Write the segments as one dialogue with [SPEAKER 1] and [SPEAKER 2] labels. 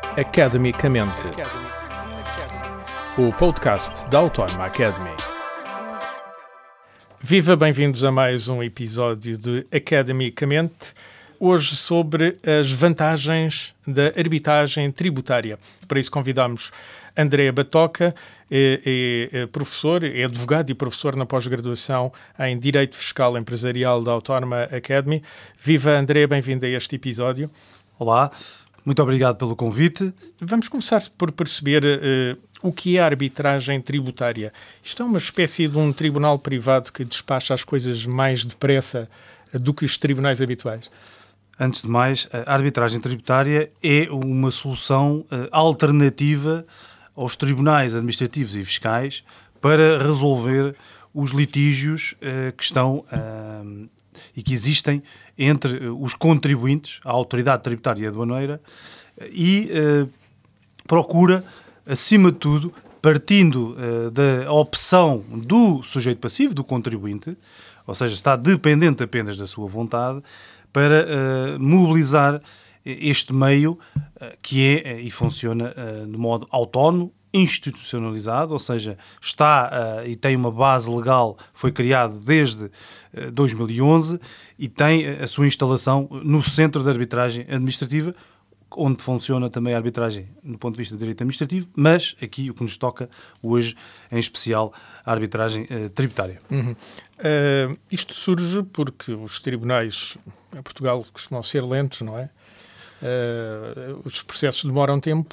[SPEAKER 1] Academicamente, o podcast da Autónoma Academy. Viva, bem-vindos a mais um episódio de Academicamente, hoje sobre as vantagens da arbitragem tributária. Para isso convidamos André Batoca, é professor, é advogado e professor na pós-graduação em Direito Fiscal Empresarial da Autónoma Academy. Viva, André, bem-vindo a este episódio.
[SPEAKER 2] Olá, muito obrigado pelo convite.
[SPEAKER 1] Vamos começar por perceber o que é a arbitragem tributária. Isto é uma espécie de um tribunal privado que despacha as coisas mais depressa do que os tribunais habituais.
[SPEAKER 2] Antes de mais, a arbitragem tributária é uma solução alternativa aos tribunais administrativos e fiscais para resolver os litígios que estão e que existem entre os contribuintes, a autoridade tributária e aduaneira, e procura, acima de tudo, partindo da opção do sujeito passivo, do contribuinte, ou seja, está dependente apenas da sua vontade, para mobilizar este meio que é e funciona de modo autónomo, institucionalizado, ou seja, está e tem uma base legal, foi criado desde 2011 e tem a sua instalação no Centro de Arbitragem Administrativa, onde funciona também a arbitragem do ponto de vista do direito administrativo, mas aqui o que nos toca hoje, em especial, a arbitragem tributária.
[SPEAKER 1] Isto surge porque os tribunais em Portugal costumam ser lentos, não é? Os processos demoram tempo,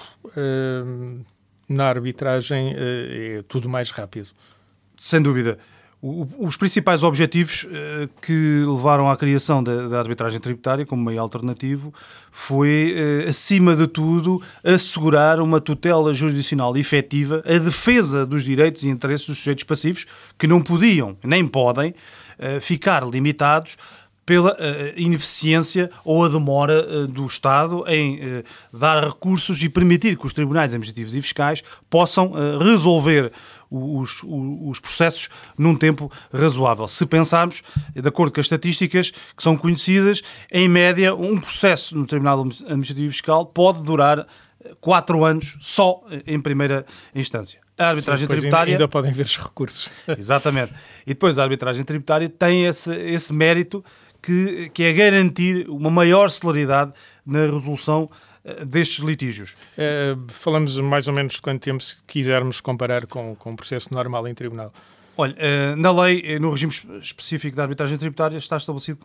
[SPEAKER 1] na arbitragem é tudo mais rápido.
[SPEAKER 2] Sem dúvida. Os principais objetivos que levaram à criação da arbitragem tributária como meio alternativo foi, acima de tudo, assegurar uma tutela jurisdicional efetiva, a defesa dos direitos e interesses dos sujeitos passivos que não podiam, nem podem, ficar limitados pela ineficiência ou a demora do Estado em dar recursos e permitir que os tribunais administrativos e fiscais possam resolver os processos num tempo razoável. Se pensarmos, de acordo com as estatísticas que são conhecidas, em média, um processo no Tribunal Administrativo e Fiscal pode durar 4 anos só em primeira instância. A arbitragem tributária...
[SPEAKER 1] Ainda podem ver os recursos.
[SPEAKER 2] Exatamente. E depois a arbitragem tributária tem esse mérito que é garantir uma maior celeridade na resolução destes litígios.
[SPEAKER 1] Falamos mais ou menos de quanto tempo, se quisermos comparar com um processo normal em tribunal.
[SPEAKER 2] Olha, na lei, no regime específico da arbitragem tributária, está estabelecido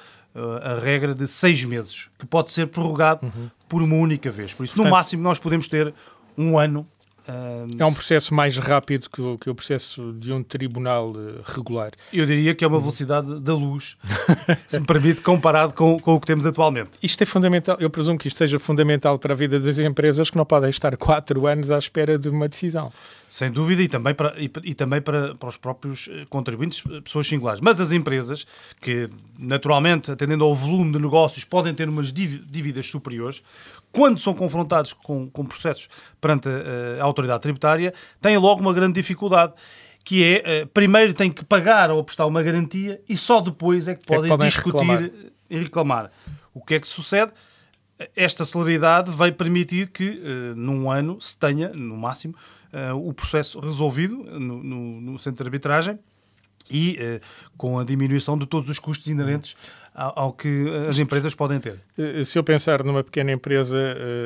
[SPEAKER 2] a regra de 6 meses, que pode ser prorrogado por uma única vez. Por isso, portanto, no máximo, nós podemos ter 1 ano.
[SPEAKER 1] É um processo mais rápido que o processo de um tribunal regular.
[SPEAKER 2] Eu diria que é uma velocidade da luz, se me permite, comparado com o que temos atualmente.
[SPEAKER 1] Isto é fundamental, eu presumo que isto seja fundamental para a vida das empresas que não podem estar 4 anos à espera de uma decisão.
[SPEAKER 2] Sem dúvida, e também para os próprios contribuintes, pessoas singulares. Mas as empresas, que naturalmente, atendendo ao volume de negócios, podem ter umas dívidas superiores, quando são confrontados com processos perante a autoridade tributária, têm logo uma grande dificuldade, que é, primeiro têm que pagar ou prestar uma garantia e só depois é que podem discutir e reclamar. O que é que sucede? Esta celeridade vai permitir que, num ano, se tenha, no máximo, o processo resolvido no centro de arbitragem e com a diminuição de todos os custos inerentes ao que as empresas podem ter.
[SPEAKER 1] Se eu pensar numa pequena empresa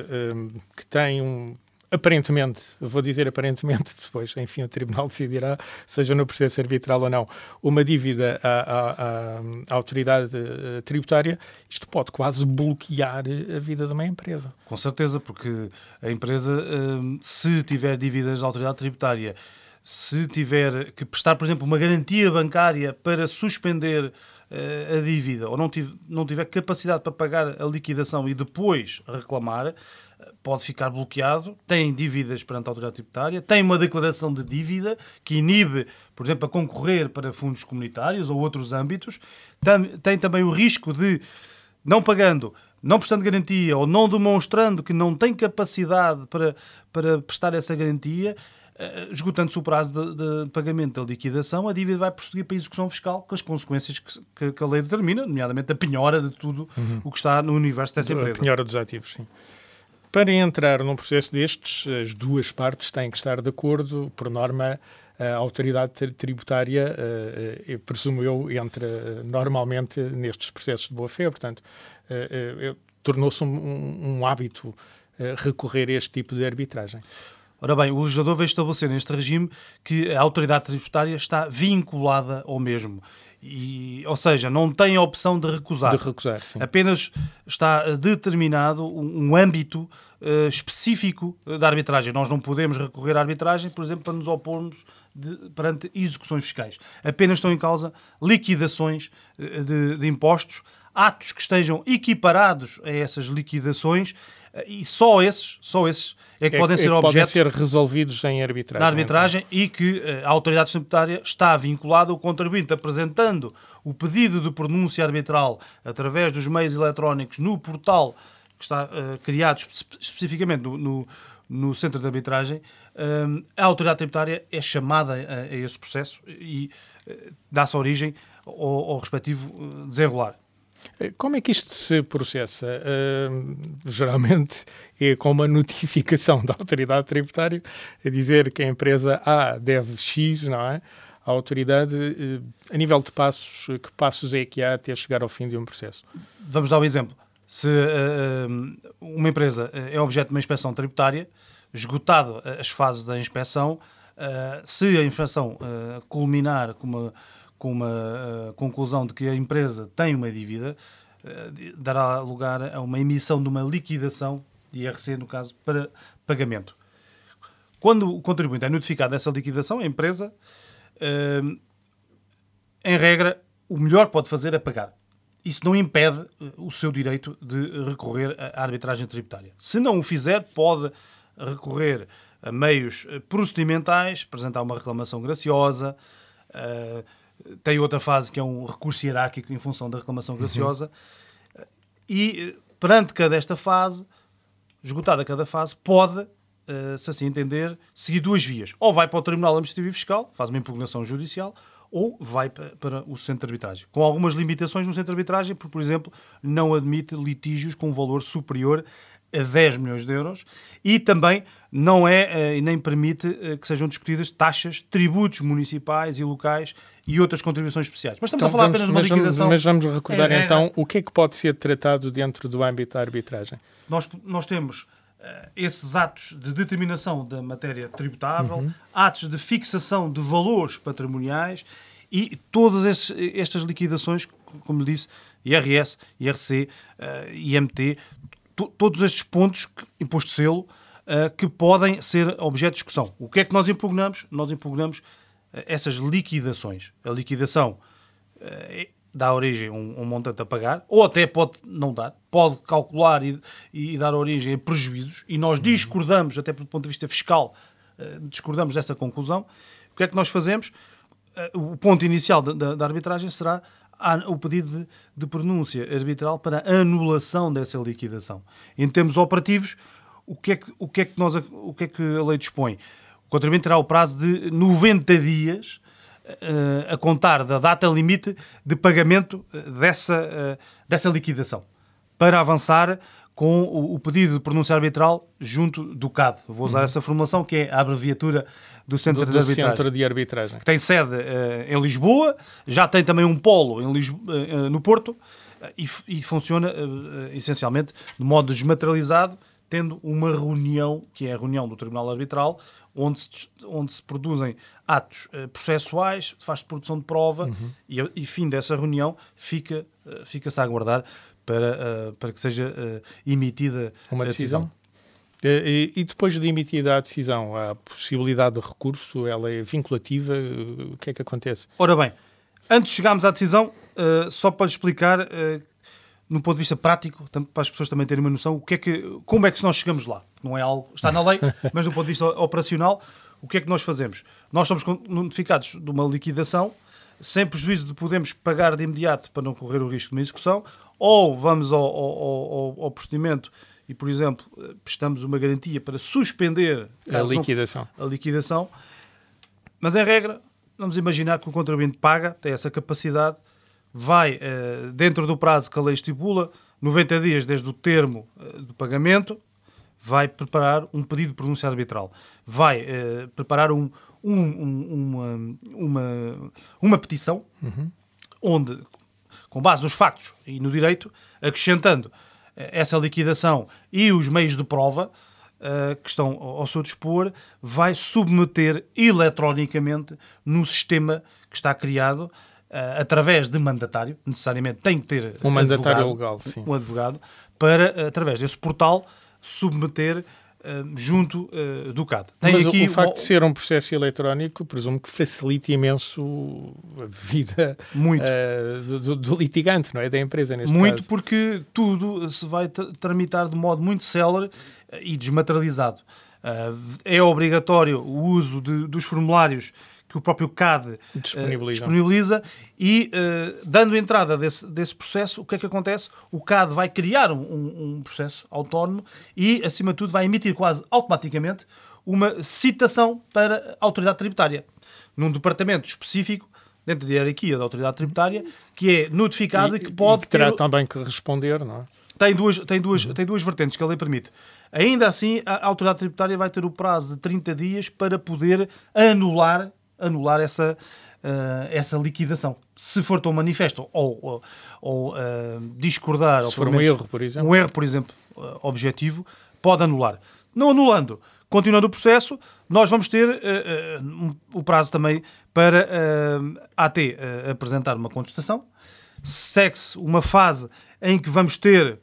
[SPEAKER 1] que tem aparentemente, vou dizer aparentemente, depois, enfim, o Tribunal decidirá, seja no processo arbitral ou não, uma dívida à autoridade tributária, isto pode quase bloquear a vida de uma empresa.
[SPEAKER 2] Com certeza, porque a empresa, se tiver dívidas à autoridade tributária, se tiver que prestar, por exemplo, uma garantia bancária para suspender a dívida ou não tiver capacidade para pagar a liquidação e depois reclamar, pode ficar bloqueado, tem dívidas perante a autoridade tributária, tem uma declaração de dívida que inibe, por exemplo, a concorrer para fundos comunitários ou outros âmbitos, tem também o risco de, não pagando, não prestando garantia ou não demonstrando que não tem capacidade para prestar essa garantia, esgotando-se o prazo de pagamento da liquidação, a dívida vai prosseguir para a execução fiscal com as consequências que a lei determina, nomeadamente a penhora de tudo o que está no universo dessa empresa.
[SPEAKER 1] A penhora dos ativos, sim. para entrar num processo destes, as duas partes têm que estar de acordo, por norma. A autoridade tributária, presumo eu, entra normalmente nestes processos de boa-fé, portanto, tornou-se um hábito recorrer a este tipo de arbitragem.
[SPEAKER 2] Ora bem, o legislador veio estabelecer neste regime que a autoridade tributária está vinculada ao mesmo. Ou seja, não tem a opção de recusar.
[SPEAKER 1] Sim.
[SPEAKER 2] Apenas está determinado um âmbito específico da arbitragem. Nós não podemos recorrer à arbitragem, por exemplo, para nos opormos perante execuções fiscais. Apenas estão em causa liquidações de impostos, atos que estejam equiparados a essas liquidações, e só esses é que podem ser objeto...
[SPEAKER 1] Podem ser resolvidos em arbitragem.
[SPEAKER 2] Na arbitragem, então. E que a autoridade tributária está vinculada ao contribuinte, apresentando o pedido de pronúncia arbitral através dos meios eletrónicos no portal que está criado especificamente no centro de arbitragem. A autoridade tributária é chamada a esse processo e dá-se origem ao respectivo desenrolar.
[SPEAKER 1] Como é que isto se processa? Geralmente é com uma notificação da autoridade tributária a dizer que a empresa A deve X, não é? A autoridade, a nível de passos, que passos é que há até chegar ao fim de um processo?
[SPEAKER 2] Vamos dar um exemplo. Se uma empresa é objeto de uma inspeção tributária, esgotado as fases da inspeção, se a inspeção culminar com uma conclusão de que a empresa tem uma dívida, dará lugar a uma emissão de uma liquidação de IRC, no caso, para pagamento. Quando o contribuinte é notificado dessa liquidação, a empresa, em regra, o melhor que pode fazer é pagar. Isso não impede o seu direito de recorrer à arbitragem tributária. Se não o fizer, pode recorrer a meios procedimentais, apresentar uma reclamação graciosa. Tem outra fase que é um recurso hierárquico em função da reclamação graciosa. E perante cada esta fase, esgotada cada fase, pode, se assim entender, seguir duas vias. Ou vai para o Tribunal Administrativo e Fiscal, faz uma impugnação judicial, ou vai para o centro de arbitragem. Com algumas limitações no centro de arbitragem, porque, por exemplo, não admite litígios com um valor superior a 10 milhões de euros e também não e nem permite que sejam discutidas taxas, tributos municipais e locais e outras contribuições especiais. Mas estamos a falar apenas de uma liquidação.
[SPEAKER 1] Mas vamos recordar então o que é que pode ser tratado dentro do âmbito da arbitragem.
[SPEAKER 2] Nós temos esses atos de determinação da matéria tributável, atos de fixação de valores patrimoniais e todas estas liquidações, como lhe disse, IRS, IRC, IMT, todos estes pontos, imposto de selo, que podem ser objeto de discussão. O que é que nós impugnamos? Nós impugnamos essas liquidações. A liquidação dá origem a um montante a pagar, ou até pode não dar, pode calcular e dar origem a prejuízos, e nós discordamos, até do ponto de vista fiscal, discordamos dessa conclusão. O que é que nós fazemos? O ponto inicial da arbitragem será o pedido de pronúncia arbitral para a anulação dessa liquidação. Em termos operativos, o que é que a lei dispõe? O contribuinte terá o prazo de 90 dias a contar da data limite de pagamento dessa liquidação, para avançar com o pedido de pronúncia arbitral junto do CAD. Vou usar essa formulação, que é a abreviatura do Centro de Arbitragem. Que tem sede em Lisboa, já tem também um polo no Porto e funciona essencialmente de modo desmaterializado, tendo uma reunião, que é a reunião do Tribunal Arbitral, onde se produzem atos processuais, faz-se produção de prova e fim dessa reunião fica-se a aguardar para que seja emitida
[SPEAKER 1] uma decisão. E depois de emitida a decisão, a possibilidade de recurso, ela é vinculativa? O que é que acontece?
[SPEAKER 2] Ora bem, antes de chegarmos à decisão, só para explicar, no ponto de vista prático, para as pessoas também terem uma noção, como é que nós chegamos lá? Não é algo, está na lei, mas do ponto de vista operacional, o que é que nós fazemos? Nós somos notificados de uma liquidação, sem prejuízo de podermos pagar de imediato para não correr o risco de uma execução, ou vamos ao procedimento e, por exemplo, prestamos uma garantia para suspender a liquidação. Mas, em regra, vamos imaginar que o contribuinte paga, tem essa capacidade, vai, dentro do prazo que a lei estipula, 90 dias desde o termo do pagamento, vai preparar um pedido de pronúncia arbitral, vai preparar uma petição, onde, com base nos factos e no direito, acrescentando essa liquidação e os meios de prova que estão ao seu dispor, vai submeter eletronicamente no sistema que está criado através de mandatário, necessariamente tem que ter
[SPEAKER 1] um mandatário legal, sim.
[SPEAKER 2] Um advogado, para, através desse portal, submeter junto do CAD.
[SPEAKER 1] Mas aqui o facto de ser um processo eletrónico, presumo que facilite imenso a vida do litigante, não é? Da empresa, neste caso.
[SPEAKER 2] Muito, porque tudo se vai tramitar de modo muito célere e desmaterializado. É obrigatório o uso dos formulários que o próprio CAD disponibiliza e, dando entrada desse processo, o que é que acontece? O CAD vai criar um processo autónomo e, acima de tudo, vai emitir quase automaticamente uma citação para a autoridade tributária, num departamento específico, dentro da hierarquia da autoridade tributária, que é notificado e que pode
[SPEAKER 1] terá também que responder, não é?
[SPEAKER 2] Tem duas vertentes que a lei permite. Ainda assim, a autoridade tributária vai ter o prazo de 30 dias para poder anular essa liquidação. Se for tão manifesto ou discordar...
[SPEAKER 1] Se for um erro, por exemplo.
[SPEAKER 2] Um erro, por exemplo, objetivo, pode anular. Não anulando, continuando o processo, nós vamos ter o prazo também para a AT apresentar uma contestação. Segue-se uma fase em que vamos ter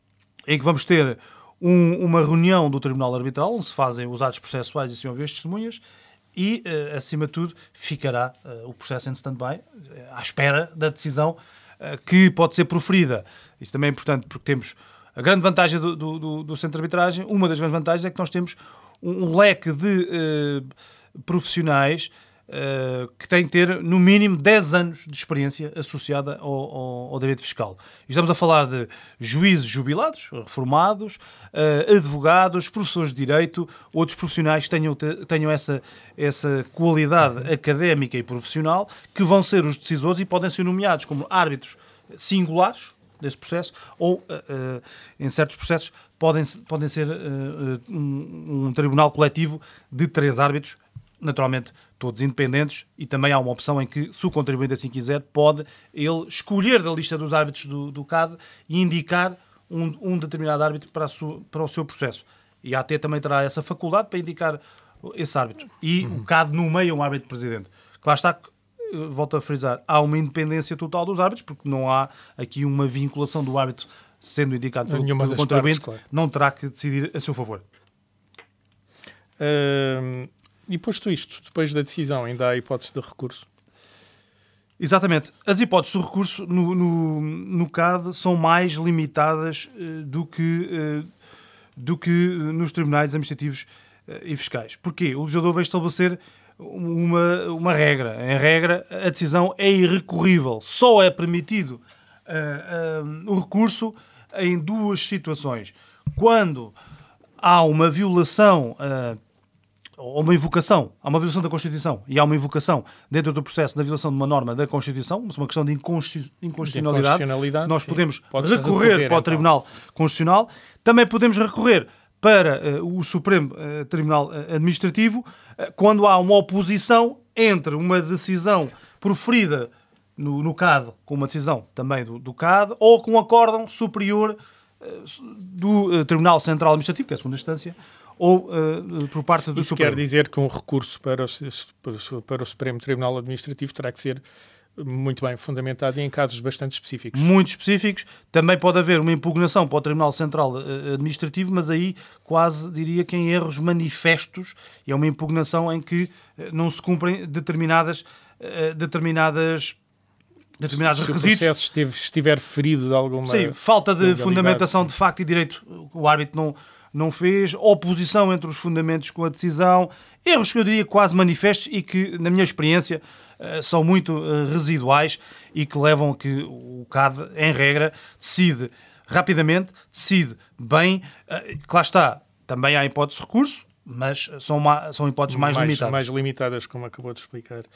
[SPEAKER 2] uma reunião do Tribunal Arbitral, onde se fazem os atos processuais e se ouvem as testemunhas, e, acima de tudo, ficará o processo em stand-by, à espera da decisão que pode ser proferida. Isto também é importante porque temos a grande vantagem do centro de arbitragem. Uma das grandes vantagens é que nós temos um leque de profissionais que tem que ter, no mínimo, 10 anos de experiência associada ao direito fiscal. Estamos a falar de juízes jubilados, reformados, advogados, professores de direito, outros profissionais que tenham essa qualidade académica e profissional, que vão ser os decisores e podem ser nomeados como árbitros singulares desse processo, ou, em certos processos, podem ser um tribunal coletivo de 3 árbitros, naturalmente todos independentes, e também há uma opção em que, se o contribuinte assim quiser, pode ele escolher da lista dos árbitros do CAD e indicar um determinado árbitro para o seu processo. E a AT também terá essa faculdade para indicar esse árbitro. E o CAD nomeia um árbitro-presidente. Claro está, volto a frisar, há uma independência total dos árbitros, porque não há aqui uma vinculação do árbitro sendo indicado pelo contribuinte, claro. Não terá que decidir a seu favor.
[SPEAKER 1] E posto isto, depois da decisão, ainda há hipótese de recurso?
[SPEAKER 2] Exatamente. As hipóteses de recurso no CAD são mais limitadas do que nos tribunais administrativos e fiscais. Porquê? O legislador vai estabelecer uma regra. Em regra, a decisão é irrecorrível. Só é permitido o recurso em 2 situações. Quando há uma violação... ou uma invocação, há uma violação da Constituição e há uma invocação dentro do processo da violação de uma norma da Constituição, uma questão de inconstitucionalidade, nós podemos recorrer para o Tribunal Constitucional, também podemos recorrer para o Supremo Tribunal Administrativo quando há uma oposição entre uma decisão proferida no CAD, com uma decisão também do CAD, ou com um acórdão superior do Tribunal Central Administrativo, que é a segunda instância, ou por parte do Supremo.
[SPEAKER 1] Isso quer dizer que um recurso para o Supremo Tribunal Administrativo terá que ser muito bem fundamentado e em casos bastante específicos.
[SPEAKER 2] Muito específicos. Também pode haver uma impugnação para o Tribunal Central Administrativo, mas aí quase diria que em erros manifestos, e é uma impugnação em que não se cumprem determinados requisitos. Se o
[SPEAKER 1] processo estiver ferido de alguma...
[SPEAKER 2] Sim, falta de fundamentação de facto e direito, o árbitro não fez, oposição entre os fundamentos com a decisão, erros que eu diria quase manifestos e que, na minha experiência, são muito residuais e que levam a que o CAD, em regra, decide rapidamente, decide bem. Que lá está, também há hipóteses de recurso, mas são hipóteses mais limitadas.
[SPEAKER 1] Mais limitadas, como acabou de explicar.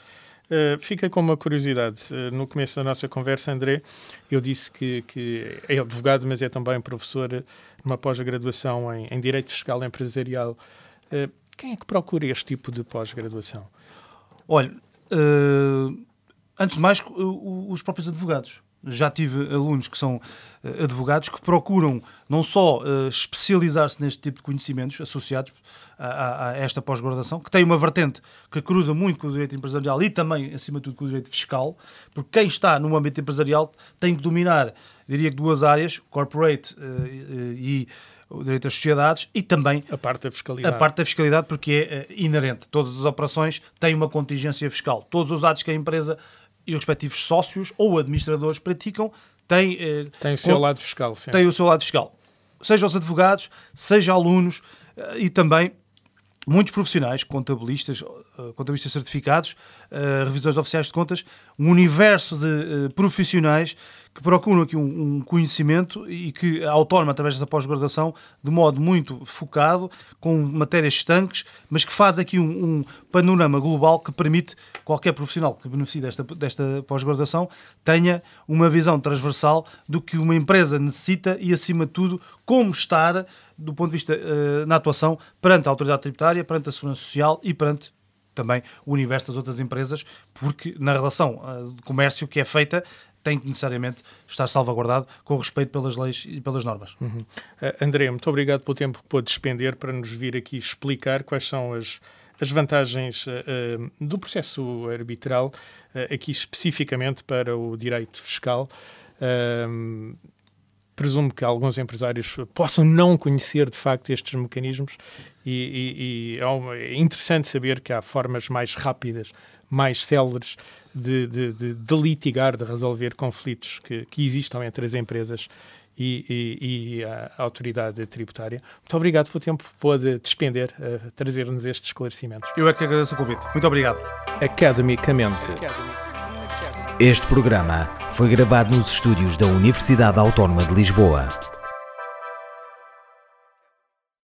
[SPEAKER 1] Fiquei com uma curiosidade. No começo da nossa conversa, André, eu disse que é advogado, mas é também professor numa pós-graduação em Direito Fiscal Empresarial. Quem é que procura este tipo de pós-graduação?
[SPEAKER 2] Olha, antes de mais, os próprios advogados. Já tive alunos que são advogados que procuram não só especializar-se neste tipo de conhecimentos associados a esta pós-graduação, que tem uma vertente que cruza muito com o direito empresarial e também, acima de tudo, com o direito fiscal, porque quem está no âmbito empresarial tem que dominar, diria que duas áreas, corporate e o direito das sociedades e também
[SPEAKER 1] a parte da fiscalidade.
[SPEAKER 2] A parte da fiscalidade, porque é inerente. Todas as operações têm uma contingência fiscal. Todos os atos que a empresa e os respectivos sócios ou administradores praticam têm
[SPEAKER 1] o seu lado fiscal. Sim.
[SPEAKER 2] Tem o seu lado fiscal. Seja os advogados, seja alunos e também muitos profissionais, contabilistas certificados, revisores oficiais de contas, um universo de profissionais que procuram aqui um conhecimento e que a Autónoma, através dessa pós-graduação, de modo muito focado, com matérias estanques, mas que faz aqui um panorama global que permite qualquer profissional que beneficie desta pós-graduação tenha uma visão transversal do que uma empresa necessita e, acima de tudo, como estar do ponto de vista na atuação perante a autoridade tributária, perante a segurança social e perante também o universo das outras empresas, porque na relação de comércio que é feita tem que necessariamente estar salvaguardado com respeito pelas leis e pelas normas.
[SPEAKER 1] André, muito obrigado pelo tempo que pôde despender para nos vir aqui explicar quais são as vantagens do processo arbitral, aqui especificamente para o direito fiscal. Presumo que alguns empresários possam não conhecer, de facto, estes mecanismos e é interessante saber que há formas mais rápidas, mais céleres de litigar, de resolver conflitos que existam entre as empresas e a autoridade tributária. Muito obrigado pelo tempo que pôde despender a trazer-nos estes esclarecimentos.
[SPEAKER 2] Eu é que agradeço o convite. Muito obrigado.
[SPEAKER 1] Academicamente.
[SPEAKER 3] Este programa foi gravado nos estúdios da Universidade Autónoma de Lisboa.